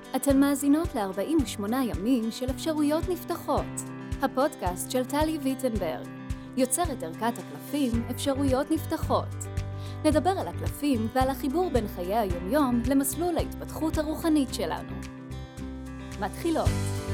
אתן מאזינות ל-48 ימים של אפשרויות נפתחות, הפודקאסט של טלי ויטנברג, יוצרת ערכת הקלפים אפשרויות נפתחות. נדבר על הקלפים ועל החיבור בין חיי היומיום למסלול ההתפתחות הרוחנית שלנו. מתחילות.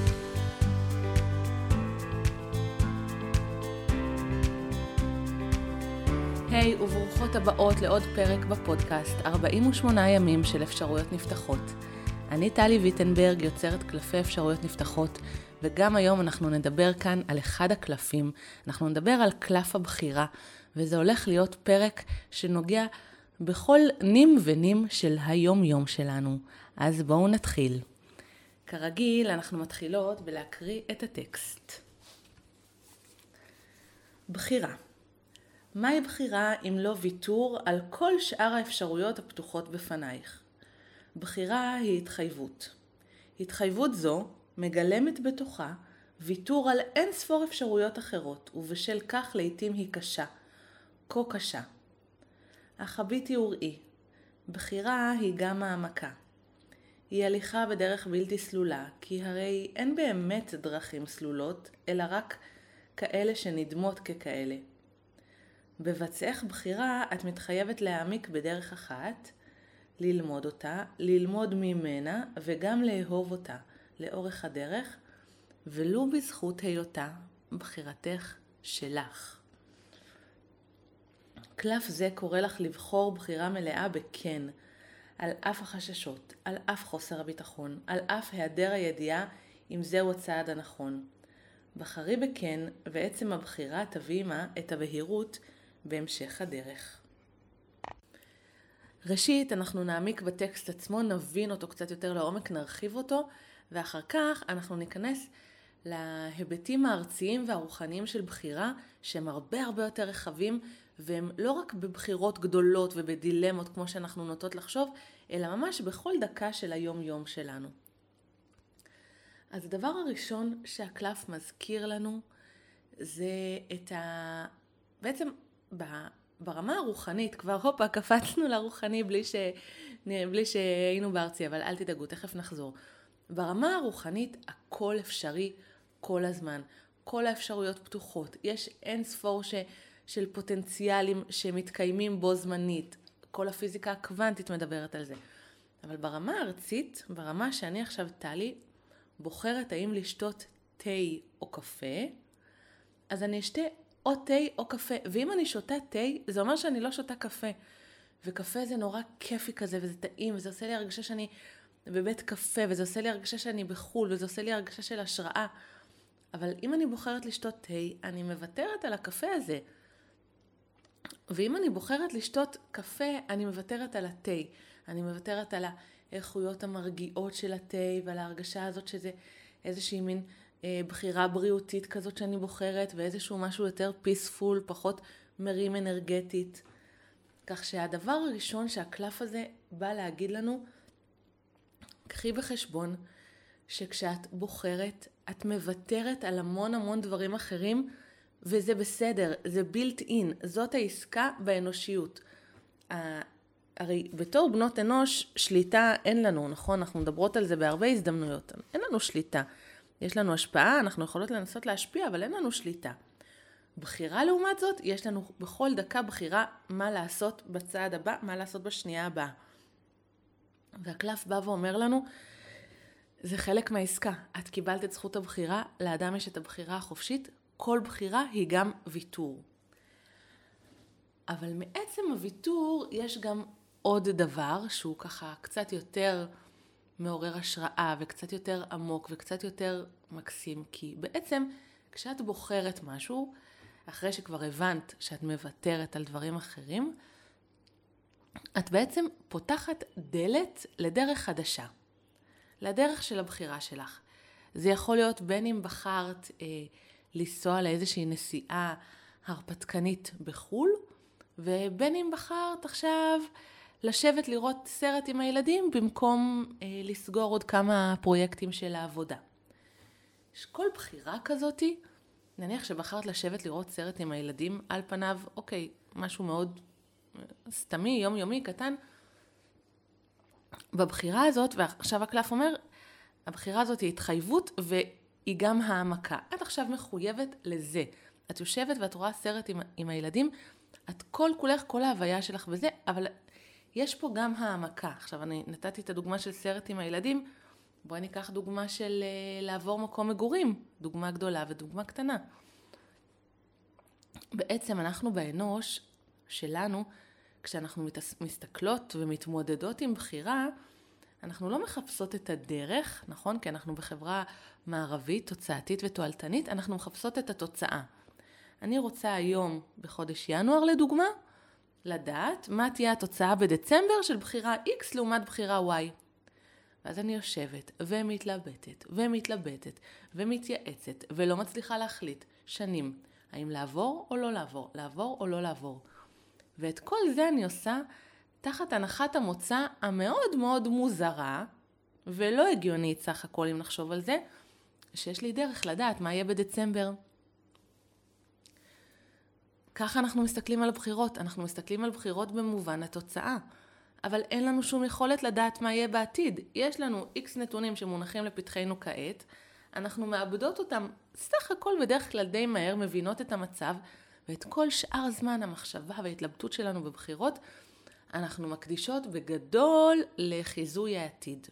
היי וברוכות הבאות לעוד פרק בפודקאסט 48 ימים של אפשרויות נפתחות. אני טלי ויטנברג, יוצרת קלפי אפשרויות נפתחות, וגם היום אנחנו נדבר כאן על אחד הקלפים. אנחנו נדבר על קלף הבחירה, וזה הולך להיות פרק שנוגע בכל נים ונים של היום-יום שלנו. אז בואו נתחיל. כרגיל אנחנו מתחילות בלהקריא את הטקסט. בחירה. מהי בחירה אם לא ויתור על כל שאר האפשרויות הפתוחות בפנייך? בחירה היא התחייבות. התחייבות זו מגלמת בתוכה ויתור על אין ספור אפשרויות אחרות, ובשל כך לעתים היא קשה, כה קשה. אך הביטי וראי, בחירה היא גם העמקה. היא הליכה בדרך בלתי סלולה, כי הרי אין באמת דרכים סלולות, אלא רק כאלה שנדמות ככאלה. בבצעך בחירה את מתחייבת להעמיק בדרך אחת, ללמוד אותה, ללמוד ממנה וגם לאהוב אותה לאורך הדרך, ולו בזכות היותה בחירתך שלך. קלף זה קורא לך לבחור בחירה מלאה בכן, על אף החששות, על אף חוסר הביטחון, על אף היעדר הידיעה אם זהו הצעד הנכון. בחרי בכן, ועצם הבחירה תביא עמה את הבהירות בהמשך הדרך. ראשית, אנחנו נעמיק בטקסט עצמו, נבין אותו קצת יותר לעומק, נרחיב אותו, ואחר כך אנחנו ניכנס להיבטים הארציים והרוחניים של בחירה, שהם הרבה יותר רחבים, והם לא רק בבחירות גדולות ובדילמות כמו שאנחנו נוטות לחשוב, אלא ממש בכל דקה של היום-יום שלנו. אז הדבר הראשון שהקלף מזכיר לנו, זה בעצם ברמה הרוחנית, כבר הופה, קפצנו לרוחני בלי שהיינו בארצי, אבל אל תדאגו, תכף נחזור. ברמה הרוחנית הכל אפשרי כל הזמן, כל האפשרויות פתוחות, יש אין ספור של פוטנציאלים שמתקיימים בו זמנית, כל הפיזיקה הקוונטית מדברת על זה. אבל ברמה הארצית, ברמה שאני עכשיו טלי, בוחרת האם לשתות תה או קפה, אז אני אשתה או תה או קפה, ואם אני שותה תה, זה אומר שאני לא שותה קפה. וקפה זה נורא כיפי כזה, וזה טעים, וזה עושה לי הרגשה שאני בבית קפה, וזה עושה לי הרגשה שאני בחול, וזה עושה לי הרגשה של השראה. אבל אם אני בוחרת לשתות תה, אני מוותרת על הקפה הזה. ואם אני בוחרת לשתות קפה, אני מוותרת על התה. אני מוותרת על האיכויות המרגיעות של התה, ועל ההרגשה הזאת שזה איזושהי מין בחירה בריאותית כזאת שאני בוחרת, ואיזשהו משהו יותר פיספול, פחות מרים אנרגטית. כך שהדבר הראשון שהקלף הזה בא להגיד לנו, קחי בחשבון שכשאת בוחרת, את מוותרת על המון דברים אחרים, וזה בסדר, זה בילט אין, זאת העסקה באנושיות. הרי בתור בנות אנוש, שליטה אין לנו, נכון? אנחנו מדברות על זה בהרבה הזדמנויות, אין לנו שליטה. יש לנו השפעה, אנחנו יכולות לנסות להשפיע, אבל אין לנו שליטה. בחירה לעומת זאת, יש לנו בכל דקה בחירה מה לעשות בצעד הבא, מה לעשות בשנייה הבאה. והקלף בא ואומר לנו, זה חלק מהעסקה. את קיבלת את זכות הבחירה, לאדם יש את הבחירה החופשית, כל בחירה היא גם ויתור. אבל מעצם הוויתור יש גם עוד דבר שהוא ככה קצת יותר מעורר השראה וקצת יותר עמוק וקצת יותר מקסים, כי בעצם כשאת בוחרת משהו, אחרי שכבר הבנת שאת מוותרת על דברים אחרים, את בעצם פותחת דלת לדרך חדשה, לדרך של הבחירה שלך. זה יכול להיות בין אם בחרת לנסוע לאיזושהי נסיעה הרפתקנית בחול, ובין אם בחרת עכשיו לשבת לראות סרט עם הילדים במקום לסגור עוד כמה פרויקטים של העבודה. יש כל בחירה כזאת, נניח שבחרת לשבת לראות סרט עם הילדים, על פניו, אוקיי, משהו מאוד סתמי, יומיומי, קטן, בבחירה הזאת, ועכשיו הקלף אומר, הבחירה הזאת היא התחייבות והיא גם העמקה. את עכשיו מחויבת לזה. את יושבת ואת רואה סרט עם הילדים, את כל כולך, כל ההוויה שלך וזה, אבל יש פה גם העמקה. עכשיו אני נתתי את הדוגמה של סרט עם הילדים, בואי ניקח דוגמה של לעבור מקום מגורים, דוגמה גדולה ודוגמה קטנה. בעצם אנחנו באנוש שלנו, כשאנחנו מסתכלות ומתמודדות עם בחירה, אנחנו לא מחפשות את הדרך, נכון? כי אנחנו בחברה מערבית, תוצאתית ותועלתנית, אנחנו מחפשות את התוצאה. אני רוצה היום, בחודש ינואר לדוגמה, לדעת מה תהיה התוצאה בדצמבר של בחירה X לעומת בחירה Y. ואז אני יושבת ומתלבטת ומתייעצת ולא מצליחה להחליט שנים, האם לעבור או לא לעבור, לעבור או לא לעבור. ואת כל זה אני עושה תחת הנחת המוצא המאוד מאוד מוזרה, ולא הגיונית סך הכל אם נחשוב על זה, שיש לי דרך לדעת מה יהיה בדצמבר. ככה אנחנו מסתכלים על הבחירות, אנחנו מסתכלים על בחירות במובן התוצאה, אבל אין לנו שום יכולת לדעת מה יהיה בעתיד. יש לנו X נתונים שמונחים לפתחנו כעת, אנחנו מאבדות אותם סך הכל בדרך כלל די מהר, מבינות את המצב, ואת כל שאר זמן המחשבה וההתלבטות שלנו בבחירות, אנחנו מקדישות בגדול לחיזוי העתיד.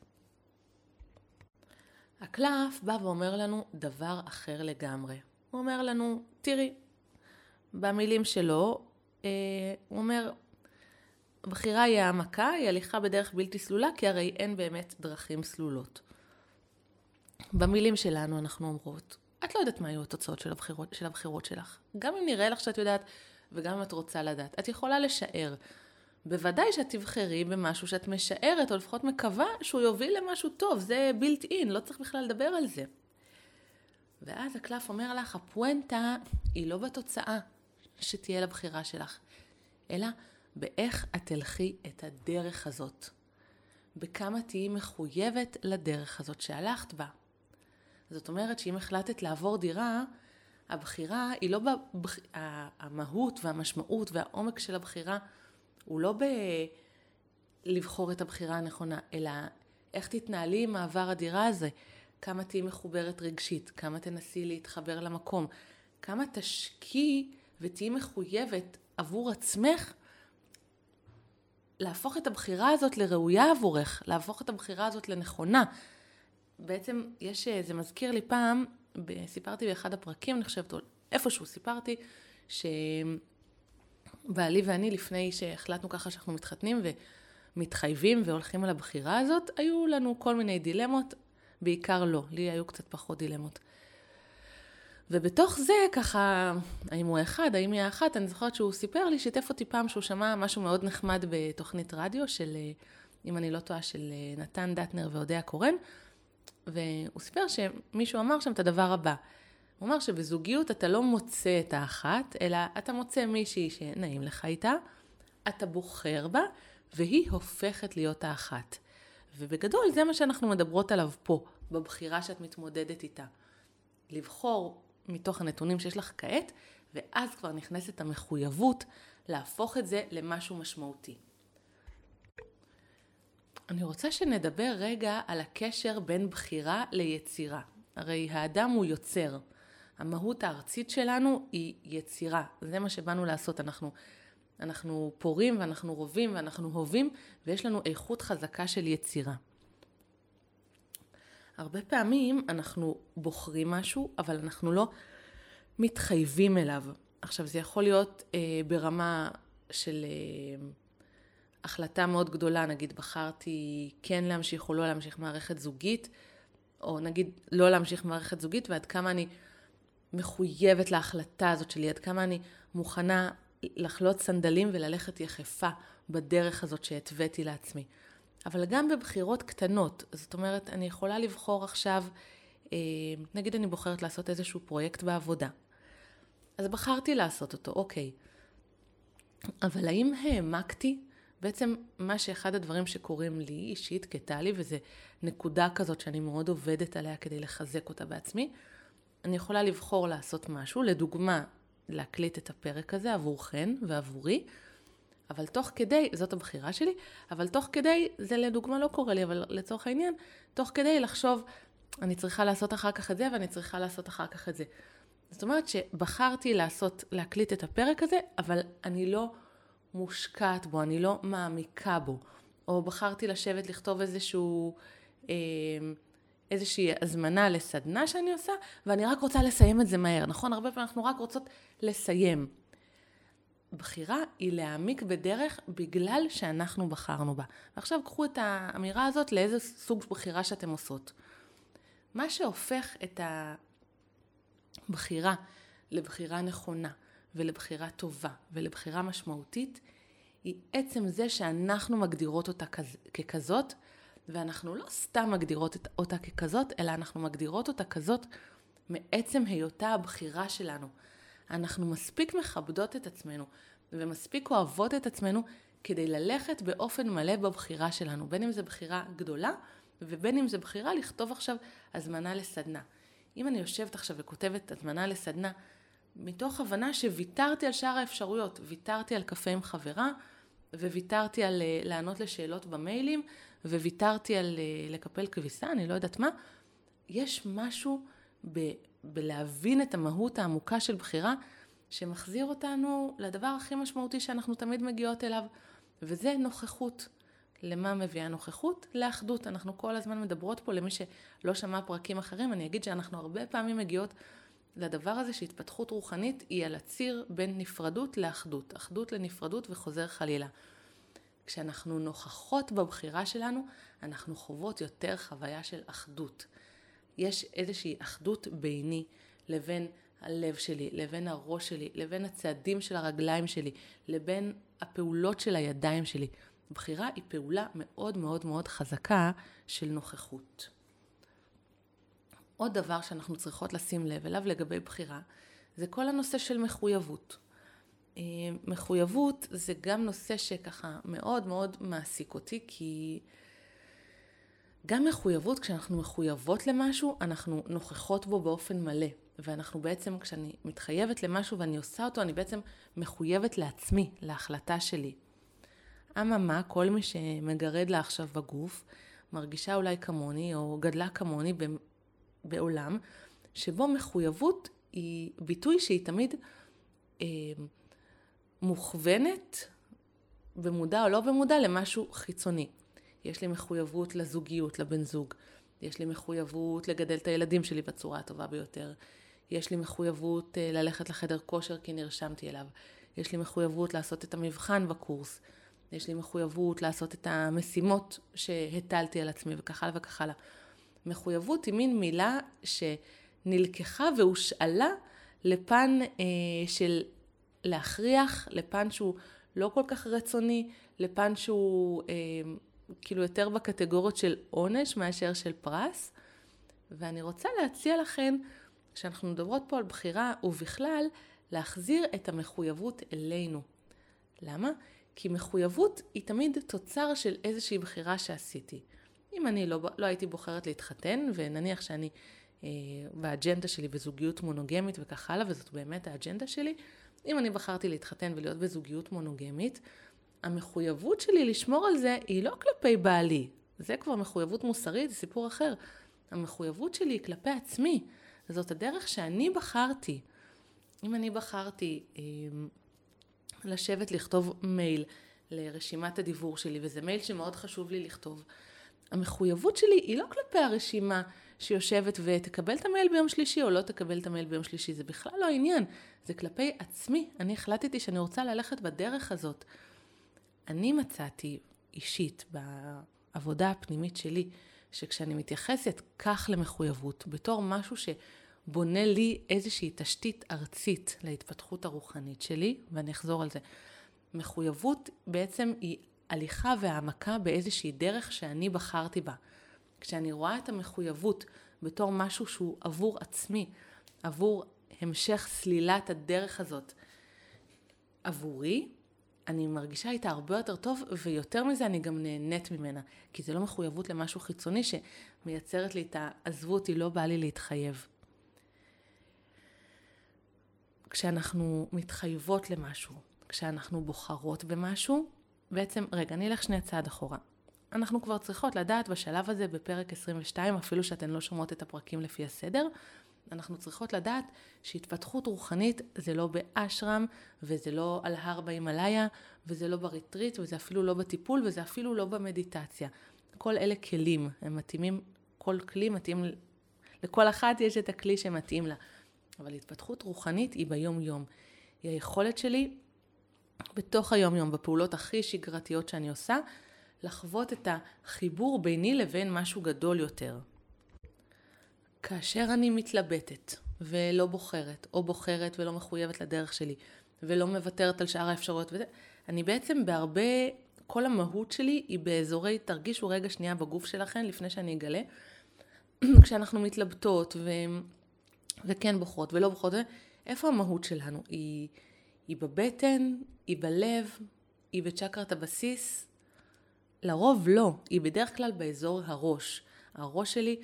הקלף בא ואומר לנו דבר אחר לגמרי. הוא אומר לנו, תראי, במילים שלו, הוא אומר, הבחירה היא העמקה, היא הליכה בדרך בלתי סלולה, כי הרי אין באמת דרכים סלולות. במילים שלנו אנחנו אומרות, את לא יודעת מה היו התוצאות של הבחירות שלך. גם אם נראה לך שאת יודעת, וגם אם את רוצה לדעת, את יכולה לשער. בוודאי שאת תבחרי במשהו שאת משערת, או לפחות מקווה שהוא יוביל למשהו טוב. זה built in, לא צריך בכלל לדבר על זה. ואז הקלף אומר לך, הפואנטה היא לא בתוצאה שתהיה לבחירה שלך, אלא באיך את תלכי את הדרך הזאת. בכמה תהיי מחויבת לדרך הזאת שהלכת בה. זאת אומרת שאם החלטת לעבור דירה, הבחירה היא לא המהות והמשמעות והעומק של הבחירה, הוא לא לבחור את הבחירה הנכונה, אלא איך תתנהלי עם מעבר הדירה הזה, כמה תהיי מחוברת רגשית, כמה תנסי להתחבר למקום, כמה תשקיעי ותהיי מחויבת עבור עצמך, להפוך את הבחירה הזאת לראויה עבורך, להפוך את הבחירה הזאת לנכונה. בעצם זה מזכיר לי פעם, סיפרתי באחד הפרקים, אני חושבת, איפשהו סיפרתי, שבעלי ואני לפני שהחלטנו ככה שאנחנו מתחתנים ומתחייבים והולכים על הבחירה הזאת, היו לנו כל מיני דילמות, בעיקר לא, לי היו קצת פחות דילמות. ובתוך זה ככה, האם הוא אחד, האם היא האחת, אני זוכרת שהוא סיפר לי, שיתף אותי פעם שהוא שמע משהו מאוד נחמד בתוכנית רדיו של, אם אני לא טועה, של נתן דטנר והודיה קורן, והוא סיפר שמישהו אמר שם את הדבר הבא. הוא אמר שבזוגיות אתה לא מוצא את האחת, אלא אתה מוצא מישהי שנעים לך איתה, אתה בוחר בה, והיא הופכת להיות האחת. ובגדול זה מה שאנחנו מדברות עליו פה, בבחירה שאת מתמודדת איתה. לבחור מתוך הנתונים שיש לך כעת, ואז כבר נכנסת המחויבות להפוך את זה למשהו משמעותי. אני רוצה שנדבר רגע על הקשר בין בחירה ליצירה. הרי האדם הוא יוצר. המהות הארצית שלנו היא יצירה. זה מה שבאנו לעשות. אנחנו פורים ואנחנו רובים ואנחנו הובים, ויש לנו איכות חזקה של יצירה. הרבה פעמים אנחנו בוחרים משהו, אבל אנחנו לא מתחייבים אליו. עכשיו זה יכול להיות ברמה של החלטה מאוד גדולה, נגיד בחרתי כן להמשיך או לא להמשיך מערכת זוגית, או נגיד לא להמשיך מערכת זוגית, ועד כמה אני מחויבת להחלטה הזאת שלי, עד כמה אני מוכנה לחלות סנדלים וללכת יחפה בדרך הזאת שהתוויתי לעצמי. אבל גם בבחירות קטנות, זאת אומרת, אני יכולה לבחור עכשיו, נגיד אני בוחרת לעשות איזשהו פרויקט בעבודה. אז בחרתי לעשות אותו, אוקיי. אבל האם העמקתי? בעצם מה שאחד הדברים שקורים לי אישית כטלי, וזה נקודה כזאת שאני מאוד עובדת עליה כדי לחזק אותה בעצמי, אני יכולה לבחור לעשות משהו, לדוגמה, להקליט את הפרק הזה עבורכן ועבורי, אבל תוך כדי, זאת הבחירה שלי, אבל תוך כדי, זה לדוגמה לא קורה לי, אבל לצורך העניין, תוך כדי לחשוב, אני צריכה לעשות אחר כך את זה, ואני צריכה לעשות אחר כך את זה. זאת אומרת שבחרתי להקליט את הפרק הזה, אבל אני לא מושקעת בו, אני לא מעמיקה בו. או בחרתי לשבת לכתוב איזושהי הזמנה לסדנה שאני עושה, ואני רק רוצה לסיים את זה מהר. נכון? הרבה פעמים אנחנו רק רוצות לסיים. בחירה היא להעמיק בדרך בגלל שאנחנו בחרנו בה. ועכשיו קחו את האמירה הזאת לאיזה סוג בחירה שאתם עושות. מה שהופך את הבחירה לבחירה נכונה ולבחירה טובה ולבחירה משמעותית, היא עצם זה שאנחנו מגדירות אותה ככזאת, ואנחנו לא סתם מגדירות אותה ככזאת, אלא אנחנו מגדירות אותה כזאת מעצם היותה הבחירה שלנו. אנחנו מספיק מכבדות את עצמנו, ומספיק אוהבות את עצמנו, כדי ללכת באופן מלא בבחירה שלנו, בין אם זה בחירה גדולה, ובין אם זה בחירה לכתוב עכשיו הזמנה לסדנה. אם אני יושבת עכשיו וכותבת הזמנה לסדנה, מתוך הבנה שוויתרתי על שאר האפשרויות, ויתרתי על קפה עם חברה, וויתרתי על לענות לשאלות במיילים, וויתרתי על לקפל כביסה, אני לא יודעת מה, יש משהו בלהבין את המהות העמוקה של בחירה, שמחזיר אותנו לדבר הכי משמעותי שאנחנו תמיד מגיעות אליו, וזה נוכחות. למה מביאה נוכחות? לאחדות. אנחנו כל הזמן מדברות פה, למי שלא שמע פרקים אחרים, אני אגיד שאנחנו הרבה פעמים מגיעות לדבר הזה שהתפתחות רוחנית היא על הציר בין נפרדות לאחדות. אחדות לנפרדות וחוזר חלילה. כשאנחנו נוכחות בבחירה שלנו, אנחנו חוות יותר חוויה של אחדות. יש איזושהי אחדות ביני לבין הלב שלי, לבין הראש שלי, לבין הצעדים של הרגליים שלי, לבין הפעולות של הידיים שלי. בחירה היא פעולה מאוד מאוד מאוד חזקה של נוכחות. עוד דבר שאנחנו צריכות לשים לב אליו לגבי בחירה, זה כל הנושא של מחויבות. מחויבות זה גם נושא שככה מאוד מאוד מעסיק אותי, כי גם מחויבות, כשאנחנו מחויבות למשהו, אנחנו נוכחות בו באופן מלא. ואנחנו בעצם, כשאני מתחייבת למשהו ואני עושה אותו, אני בעצם מחויבת לעצמי, להחלטה שלי. אממה, כל מי שמגרד לה עכשיו בגוף, מרגישה אולי כמוני, או גדלה כמוני בעולם, שבו מחויבות היא ביטוי שהיא תמיד מוכוונת, במודע או לא במודע, למשהו חיצוני. יש לי מחויבות לזוגיות, לבן זוג. יש לי מחויבות לגדל את הילדים שלי בצורה הטובה ביותר. יש לי מחויבות ללכת לחדר כושר כי נרשמתי אליו. יש לי מחויבות לעשות את המבחן בקורס. יש לי מחויבות לעשות את המשימות שהטלתי על עצמי וכך הלאה וכך הלאה. מחויבות היא מין מילה שנלקחה והושאלה לפן של להכריח, לפן שהוא לא כל כך רצוני, לפן שהוא כאילו יותר בקטגוריות של עונש מאשר של פרס. ואני רוצה להציע לכם, כשאנחנו מדברות פה על בחירה ובכלל, להחזיר את המחויבות אלינו. למה? כי מחויבות היא תמיד תוצר של איזושהי בחירה שעשיתי. אם אני לא הייתי בוחרת להתחתן, ונניח שאני באג'נדה שלי בזוגיות מונוגמית וכך הלאה, וזאת באמת האג'נדה שלי, אם אני בחרתי להתחתן ולהיות בזוגיות מונוגמית, המחויבות שלי לשמור על זה היא לא כלפי בעלי. זה כבר מחויבות מוסרית, זה סיפור אחר. המחויבות שלי היא כלפי עצמי. זאת הדרך שאני בחרתי. אם אני בחרתי לשבת לכתוב מייל לרשימת הדיבור שלי, וזה מייל שמאוד חשוב לי לכתוב, המחויבות שלי היא לא כלפי הרשימה שיושבת ותקבל את המייל ביום שלישי או לא תקבל את המייל ביום שלישי. זה בכלל לא העניין. זה כלפי עצמי. אני החלטתי שאני רוצה ללכת בדרך הזאת. אני מצאתי אישית בעבודה הפנימית שלי, שכשאני מתייחסת כך למחויבות, בתור משהו שבונה לי איזושהי תשתית ארצית להתפתחות הרוחנית שלי, ואני אחזור על זה, מחויבות בעצם היא הליכה והעמקה באיזושהי דרך שאני בחרתי בה. כשאני רואה את המחויבות בתור משהו שהוא עבור עצמי, עבור המשך סלילת הדרך הזאת עבורי, אני מרגישה איתה הרבה יותר טוב, ויותר מזה אני גם נהנית ממנה, כי זה לא מחויבות למשהו חיצוני שמייצרת לי את העזבו אותי, לא בא לי להתחייב. כשאנחנו מתחייבות למשהו, כשאנחנו בוחרות במשהו, בעצם, רגע, אני אלך שני צעד אחורה. אנחנו כבר צריכות לדעת בשלב הזה, בפרק 22, אפילו שאתן לא שומעות את הפרקים לפי הסדר, אנחנו צריכות לדעת שהתפתחות רוחנית זה לא באשרם, וזה לא על הר בהימאליה, וזה לא בריטריט, וזה אפילו לא בטיפול, וזה אפילו לא במדיטציה. כל אלה כלים, הם מתאימים, כל כלי מתאים, לכל אחת יש את הכלי שמתאים לה. אבל התפתחות רוחנית היא ביום-יום. היא היכולת שלי, בתוך היום-יום, בפעולות הכי שגרתיות שאני עושה, לחוות את החיבור ביני לבין משהו גדול יותר. כאשר אני מתלבטת ולא בוחרת, או בוחרת ולא מחויבת לדרך שלי, ולא מוותרת על שאר האפשרויות, אני בעצם בהרבה, כל המהות שלי היא באזורי, תרגישו רגע שנייה בגוף שלכם לפני שאני אגלה, כשאנחנו מתלבטות וכן בוחרות ולא בוחרות, איפה המהות שלנו? היא בבטן, היא בלב, היא בצ'קרת הבסיס? לרוב לא, היא בדרך כלל באזור הראש. הראש שלי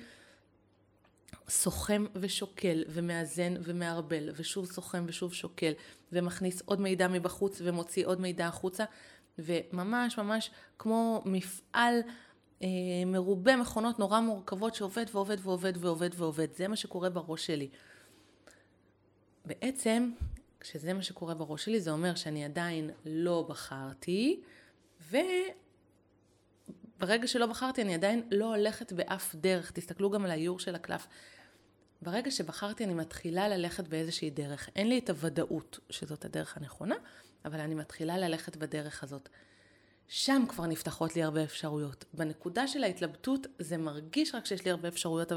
סוכם ושוקל ומאזן ומערבל, ושוב סוכם ושוב שוקל, ומכניס עוד מידע מבחוץ ומוציא עוד מידע החוצה, וממש ממש כמו מפעל מרובה מכונות נורא מורכבות שעובד ועובד ועובד ועובד ועובד. זה מה שקורה בראש שלי. בעצם, כשזה מה שקורה בראש שלי, זה אומר שאני עדיין לא בחרתי, ברגע שלא בחרתי, אני עדיין לא הולכת באף דרך. תסתכלו גם על האיור של הקלף. ברגע שבחרתי, אני מתחילה ללכת באיזושהי דרך. אין לי את הוודאות שזאת הדרך הנכונה, אבל אני מתחילה ללכת בדרך הזאת. שם כבר נפתחות לי הרבה אפשרויות. בנקודה של ההתלבטות, זה מרגיש רק שיש לי הרבה אפשרויות,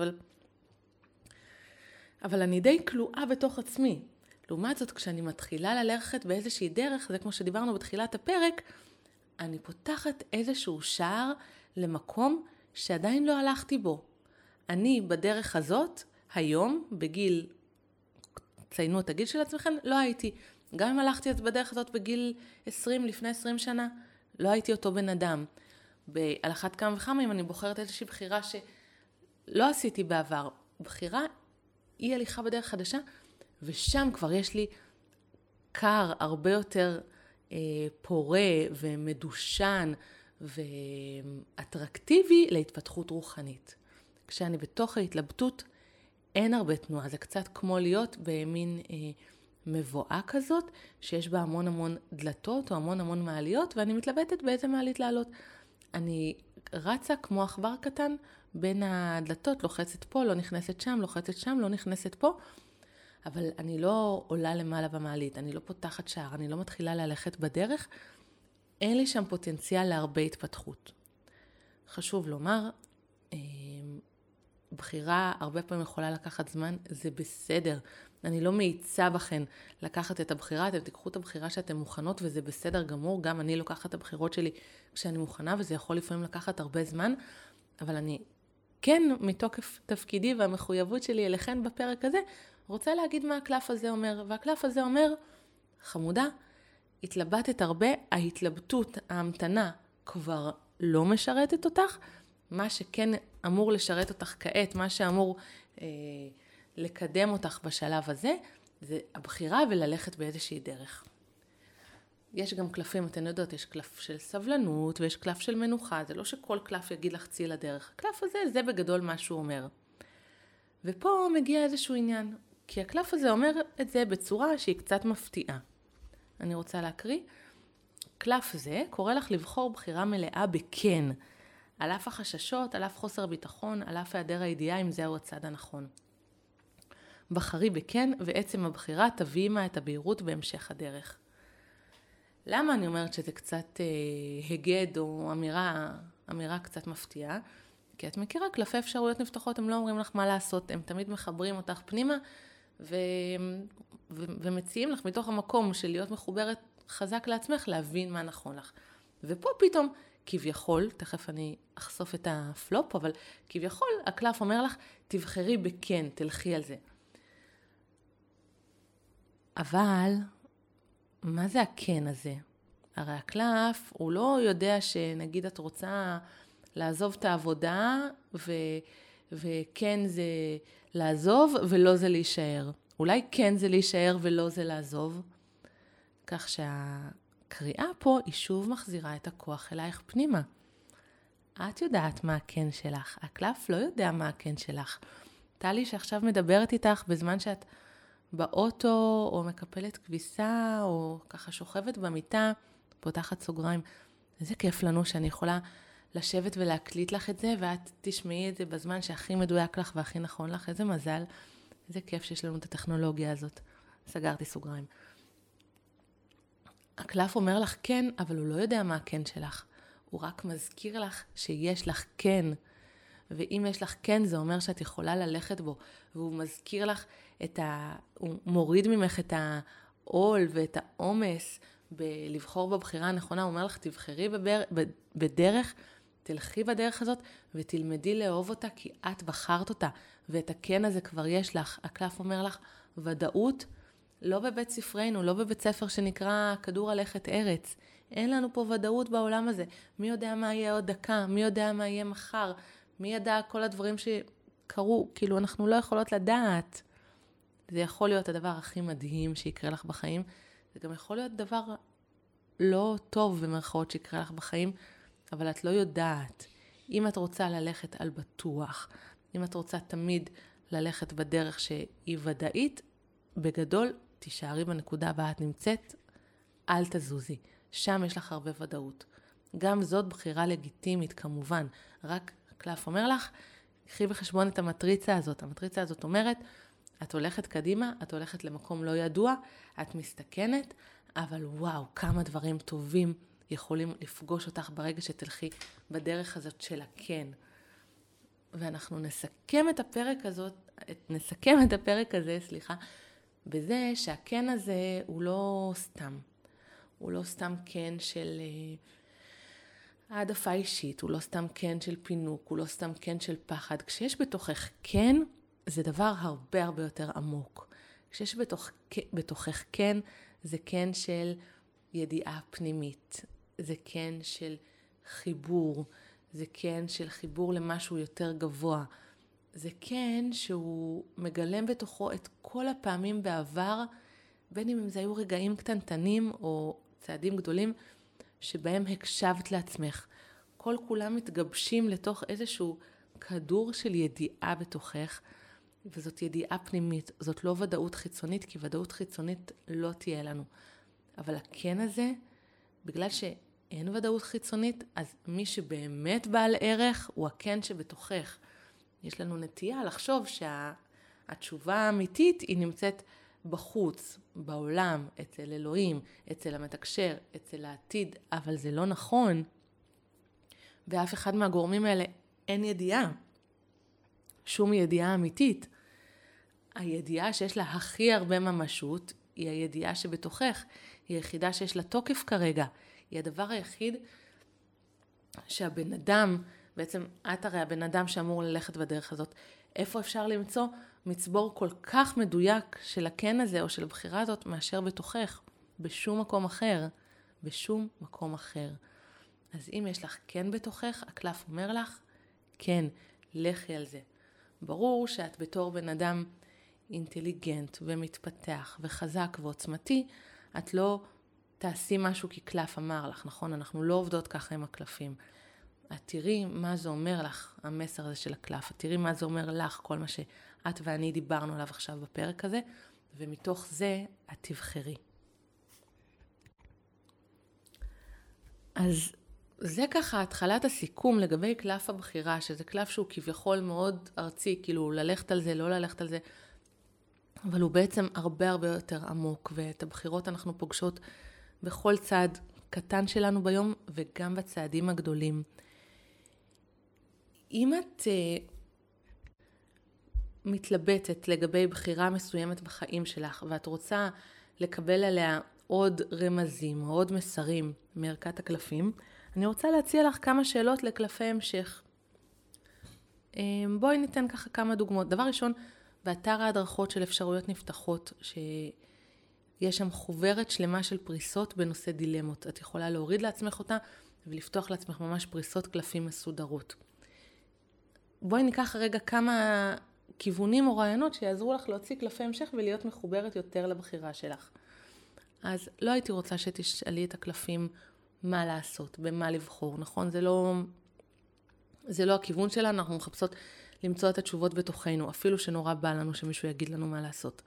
אבל אני די כלואה בתוך עצמי. לעומת זאת, כשאני מתחילה ללכת באיזושהי דרך, זה כמו שדיברנו בתחילת הפרק, אני פותחת איזשהו שער למקום שעדיין לא הלכתי בו. אני בדרך הזאת, היום, בגיל, ציינו את הגיל של עצמכם, לא הייתי. גם אם הלכתי בדרך הזאת בגיל 20, לפני 20 שנה, לא הייתי אותו בן אדם. על אחת כמה וכמה, אם אני בוחרת איזושהי בחירה שלא עשיתי בעבר, בחירה היא הליכה בדרך חדשה, ושם כבר יש לי קר הרבה יותר פורה ומדושן ואטרקטיבי להתפתחות רוחנית. כשאני בתוך ההתלבטות, אין הרבה תנועה. זה קצת כמו להיות במין מבואה כזאת, שיש בה המון המון דלתות או המון המון מעליות, ואני מתלבטת באיזה מעלית לעלות. אני רצה כמו עכבר קטן בין הדלתות, לוחצת פה, לא נכנסת שם, לוחצת שם, לא נכנסת פה, אבל אני לא עולה למעלה במעלית, אני לא פותחת שער, אני לא מתחילה ללכת בדרך, אין לי שם פוטנציאל להרבה התפתחות. חשוב לומר, בחירה הרבה פעמים יכולה לקחת זמן, זה בסדר. אני לא מאיצה בכן לקחת את הבחירה, אתם תיקחו את הבחירה שאתם מוכנות וזה בסדר גמור, גם אני לוקחת את הבחירות שלי כשאני מוכנה וזה יכול לפעמים לקחת הרבה זמן, אבל אני כן מתוקף תפקידי והמחויבות שלי אליכן בפרק הזה, רוצה להגיד מה הקלף הזה אומר, והקלף הזה אומר, חמודה, התלבטת הרבה, ההתלבטות, ההמתנה כבר לא משרתת אותך, מה שכן אמור לשרת אותך כעת, מה שאמור לקדם אותך בשלב הזה, זה הבחירה וללכת באיזושהי דרך. יש גם קלפים, אתן יודעות, יש קלף של סבלנות ויש קלף של מנוחה, זה לא שכל קלף יגיד לך צאי לדרך. הקלף הזה, זה בגדול מה שהוא אומר. ופה מגיע איזשהו עניין, כי הקלף הזה אומר את זה בצורה שהיא קצת מפתיעה. אני רוצה להקריא. קלף זה קורא לך לבחור בחירה מלאה בכן, על אף החששות, על אף חוסר ביטחון, על אף היעדר הידיעה אם זהו הצד הנכון. בחרי בכן, ועצם הבחירה תביא עמה את הבהירות בהמשך הדרך. למה אני אומרת שזה קצת הגד או אמירה קצת מפתיעה? כי את מכירה, קלפי אפשרויות נפתחות, הם לא אומרים לך מה לעשות, הם תמיד מחברים אותך פנימה, ומציעים לך מתוך המקום של להיות מחוברת חזק לעצמך, להבין מה נכון לך. ופה פתאום, כביכול, תכף אני אחשוף את הפלופ, אבל כביכול, הקלף אומר לך, תבחרי בכן, תלכי על זה. אבל, מה זה הכן הזה? הרי הקלף, הוא לא יודע שנגיד את רוצה לעזוב את העבודה, וכן זה לעזוב ולא זה להישאר. אולי כן זה להישאר ולא זה לעזוב. כך הקריאה פה היא שוב מחזירה את הכוח אלייך פנימה. את יודעת מה הכן שלך, הקלף לא יודע מה הכן שלך. טלי שעכשיו מדברת איתך בזמן שאת באוטו או מקפלת כביסה או ככה שוכבת במיטה, פותחת סוגריים. איזה כיף לנו שאני יכולה לשבת ולהקליט לך את זה, ואת תשמעי את זה בזמן שהכי מדויק לך והכי נכון לך. איזה מזל, איזה כיף שיש לנו את הטכנולוגיה הזאת. סגרתי סוגריים. הקלף אומר לך כן, אבל הוא לא יודע מה הכן שלך. הוא רק מזכיר לך שיש לך כן. ואם יש לך כן, זה אומר שאת יכולה ללכת בו. והוא מזכיר לך הוא מוריד ממך את העול ואת העומס בלבחור בבחירה הנכונה. הוא אומר לך, תבחרי בדרך, תלכי בדרך הזאת ותלמדי לאהוב אותה, כי את בחרת אותה. ואת הכן הזה כבר יש לך. הקלף אומר לך, ודאות, לא בבית ספרנו, לא בבית ספר שנקרא כדור הלכת ארץ. אין לנו פה ודאות בעולם הזה. מי יודע מה יהיה עוד דקה? מי יודע מה יהיה מחר? מי ידע כל הדברים שקרו? כאילו אנחנו לא יכולות לדעת. זה יכול להיות הדבר הכי מדהים שיקרה לך בחיים. זה גם יכול להיות דבר לא טוב במרכאות שיקרה לך בחיים, אבל את לא יודעת. אם את רוצה ללכת על בטוח, אם את רוצה תמיד ללכת בדרך שהיא ודאית, בגדול תישארי בנקודה בה את נמצאת, אל תזוזי. שם יש לך הרבה ודאות. גם זאת בחירה לגיטימית כמובן. רק הקלף אומר לך, קחי בחשבון את המטריצה הזאת. המטריצה הזאת אומרת, את הולכת קדימה, את הולכת למקום לא ידוע, את מסתכנת, אבל וואו, כמה דברים טובים יכולים לפגוש אותך ברגע שתלכי בדרך הזאת של הכן. ואנחנו נסכם את הפרק הזה, בזה שהכן הזה הוא לא סתם. הוא לא סתם כן של העדפה אישית, הוא לא סתם כן של פינוק, הוא לא סתם כן של פחד. כשיש בתוכך כן, זה דבר הרבה הרבה יותר עמוק. כשיש בתוכך כן, זה כן של ידיעה פנימית. זה כן של חיבור. זה כן של חיבור למשהו יותר גבוה. זה כן שהוא מגלם בתוכו את כל הפעמים בעבר, בין אם זה היו רגעים קטנטנים או צעדים גדולים, שבהם הקשבת לעצמך. כל כולם מתגבשים לתוך איזשהו כדור של ידיעה בתוכך, וזאת ידיעה פנימית. זאת לא ודאות חיצונית, כי ודאות חיצונית לא תהיה לנו. אבל הכן הזה, בגלל שאין ודאות חיצונית, אז מי שבאמת בעל ערך הוא הכן שבתוכך. יש לנו נטייה לחשוב שהתשובה האמיתית היא נמצאת בחוץ, בעולם, אצל אלוהים, אצל המתקשר, אצל העתיד, אבל זה לא נכון. באף אחד מהגורמים האלה אין ידיעה. שום ידיעה אמיתית. הידיעה שיש לה הכי הרבה ממשות היא הידיעה שבתוכך. היא היחידה שיש לה תוקף כרגע. היא הדבר היחיד שהבן אדם, בעצם את הרי הבן אדם שאמור ללכת בדרך הזאת, איפה אפשר למצוא מצבור כל כך מדויק של הכן הזה או של הבחירה הזאת מאשר בתוכך? בשום מקום אחר. בשום מקום אחר. אז אם יש לך כן בתוכך, הקלף אומר לך, כן, לכי על זה. ברור שאת בתור בן אדם אינטליגנט ומתפתח וחזק ועוצמתי, את לא תעשי משהו כי קלף אמר לך, נכון? אנחנו לא עובדות ככה עם הקלפים. את תראי מה זה אומר לך, המסר הזה של הקלף. את תראי מה זה אומר לך, כל מה שאת ואני דיברנו עליו עכשיו בפרק הזה, ומתוך זה את תבחרי. אז זה ככה התחלת הסיכום לגבי קלף הבחירה, שזה קלף שהוא כביכול מאוד ארצי, כאילו ללכת על זה, לא ללכת על זה, אבל הוא בעצם הרבה הרבה יותר עמוק, ואת הבחירות אנחנו פוגשות בכל צעד קטן שלנו ביום, וגם בצעדים הגדולים. אם את מתלבטת לגבי בחירה מסוימת בחיים שלך, ואת רוצה לקבל עליה עוד רמזים, עוד מסרים מערכת הקלפים, אני רוצה להציע לך כמה שאלות לקלפי המשך. בואי ניתן ככה כמה דוגמאות. דבר ראשון, באתר ההדרכות של אפשרויות נפתחות, שיש שם חוברת שלמה של פריסות בנושא דילמות. את יכולה להוריד לעצמך אותה ולפתוח לעצמך ממש פריסות קלפים מסודרות. בואי ניקח רגע כמה כיוונים או רעיונות שיעזרו לך להוציא קלפי המשך ולהיות מחוברת יותר לבחירה שלך. אז לא הייתי רוצה שתשאלי את הקלפים מה לעשות, במה לבחור, נכון? זה לא הכיוון שלנו, אנחנו מחפשות למצוא את התשובות בתוכנו, אפילו שנורא בא לנו שמישהו יגיד לנו מה לעשות.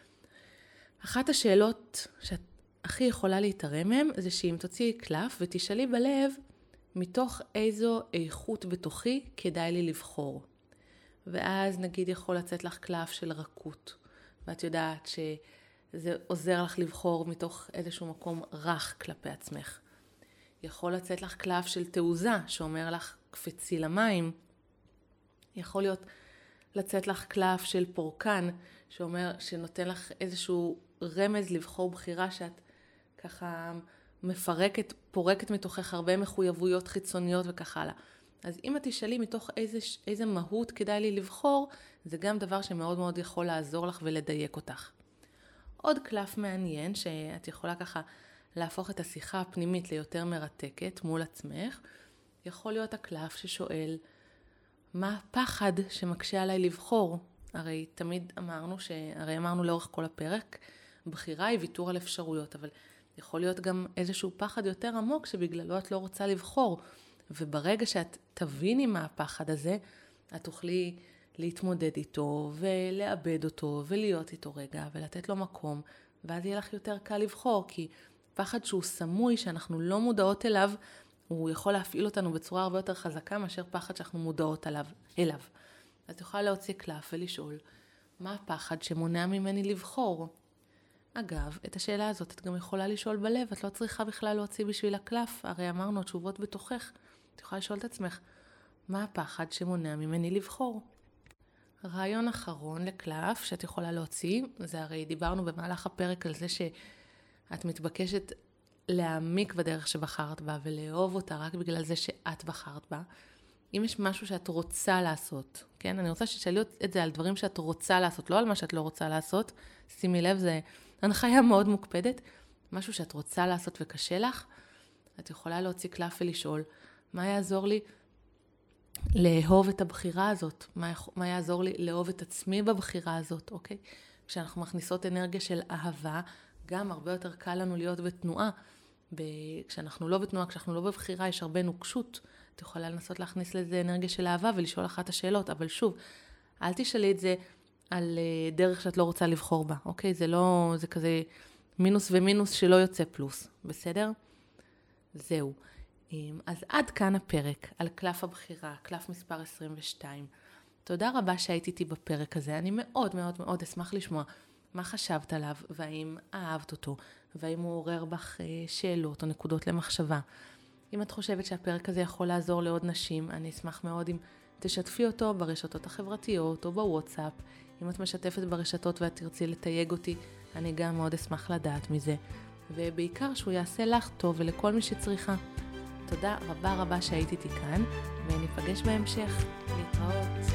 אחת השאלות שאת הכי יכולה להתערם מהם, זה שאם תוציאי קלף ותשאלי בלב, מתוך איזו איכות בתוכי כדאי לי לבחור. ואז נגיד יכול לצאת לך קלף של רכות, ואת יודעת שזה עוזר לך לבחור מתוך איזשהו מקום רך כלפי עצמך. יכול לצאת לך קלף של תעוזה, שאומר לך קפצי למים. יכול להיות לצאת לך קלף של פורקן, שנותן לך איזשהו רמז לבחור בחירה שאת ככה פורקת מתוכך הרבה מחויבויות חיצוניות וכך הלאה. אז אם את תשאלי מתוך איזה מהות כדאי לי לבחור, זה גם דבר שמאוד מאוד יכול לעזור לך ולדייק אותך. עוד קלף מעניין שאת יכולה ככה להפוך את השיחה הפנימית ליותר מרתקת מול עצמך, יכול להיות הקלף ששואל, מה הפחד שמקשה עליי לבחור? הרי תמיד אמרנו לאורך כל הפרק, בחירה היא ויתור על אפשרויות, אבל יכול להיות גם איזשהו פחד יותר עמוק שבגללו את לא רוצה לבחור. וברגע שאת תביני מה הפחד הזה, את תוכלי להתמודד איתו ולאבד אותו ולהיות איתו רגע ולתת לו מקום, ואז יהיה לך יותר קל לבחור, כי פחד שהוא סמוי, שאנחנו לא מודעות אליו, הוא יכול להפעיל אותנו בצורה הרבה יותר חזקה מאשר פחד שאנחנו מודעות אליו. אז את יכולה להוציא קלף ולשאול, מה הפחד שמונע ממני לבחור? אגב, את השאלה הזאת את גם יכולה לשאול בלב, את לא צריכה בכלל להוציא בשביל הקלף, הרי אמרנו, התשובות בתוכך. את יכולה לשאול את עצמך, מה הפחד שמונע ממני לבחור? רעיון אחרון לקלף שאת יכולה להוציא, זה הרי דיברנו במהלך הפרק על זה שאת מתבקשת להעמיק בדרך שבחרת בה ולאהוב אותה רק בגלל זה שאת בחרת בה. אם יש משהו שאת רוצה לעשות, כן? אני רוצה שתשאלי את זה על דברים שאת רוצה לעשות, לא על מה שאת לא רוצה לעשות. שימי לב, זה הנחיה מאוד מוקפדת. משהו שאת רוצה לעשות וקשה לך, את יכולה להוציא קלף ולשאול, מה יעזור לי לאהוב את הבחירה הזאת? מה יעזור לי לאהוב את עצמי בבחירה הזאת, אוקיי? כשאנחנו מכניסות אנרגיה של אהבה, גם הרבה יותר קל לנו להיות בתנועה. כשאנחנו לא בתנועה, כשאנחנו לא בבחירה, יש הרבה נוקשות. את יכולה לנסות להכניס לזה אנרגיה של אהבה ולשאול אחת השאלות, אבל שוב, אל תשאלי את זה על דרך שאת לא רוצה לבחור בה, אוקיי? זה כזה מינוס ומינוס שלא יוצא פלוס, בסדר? זהו. אז עד כאן הפרק על קלף הבחירה, קלף מספר 22. תודה רבה שהיית איתי בפרק הזה, אני מאוד מאוד מאוד אשמח לשמוע מה חשבת עליו, והאם אהבת אותו, והאם הוא עורר בך שאלות או נקודות למחשבה. אם את חושבת שהפרק הזה יכול לעזור לעוד נשים, אני אשמח מאוד אם תשתפי אותו ברשתות החברתיות או בוואטסאפ. אם את משתפת ברשתות ואת תרצי לתייג אותי, אני גם מאוד אשמח לדעת מזה. ובעיקר שהוא יעשה לך טוב ולכל מי שצריכה. תודה רבה רבה שהיית איתי כאן, וניפגש בהמשך. להתראות.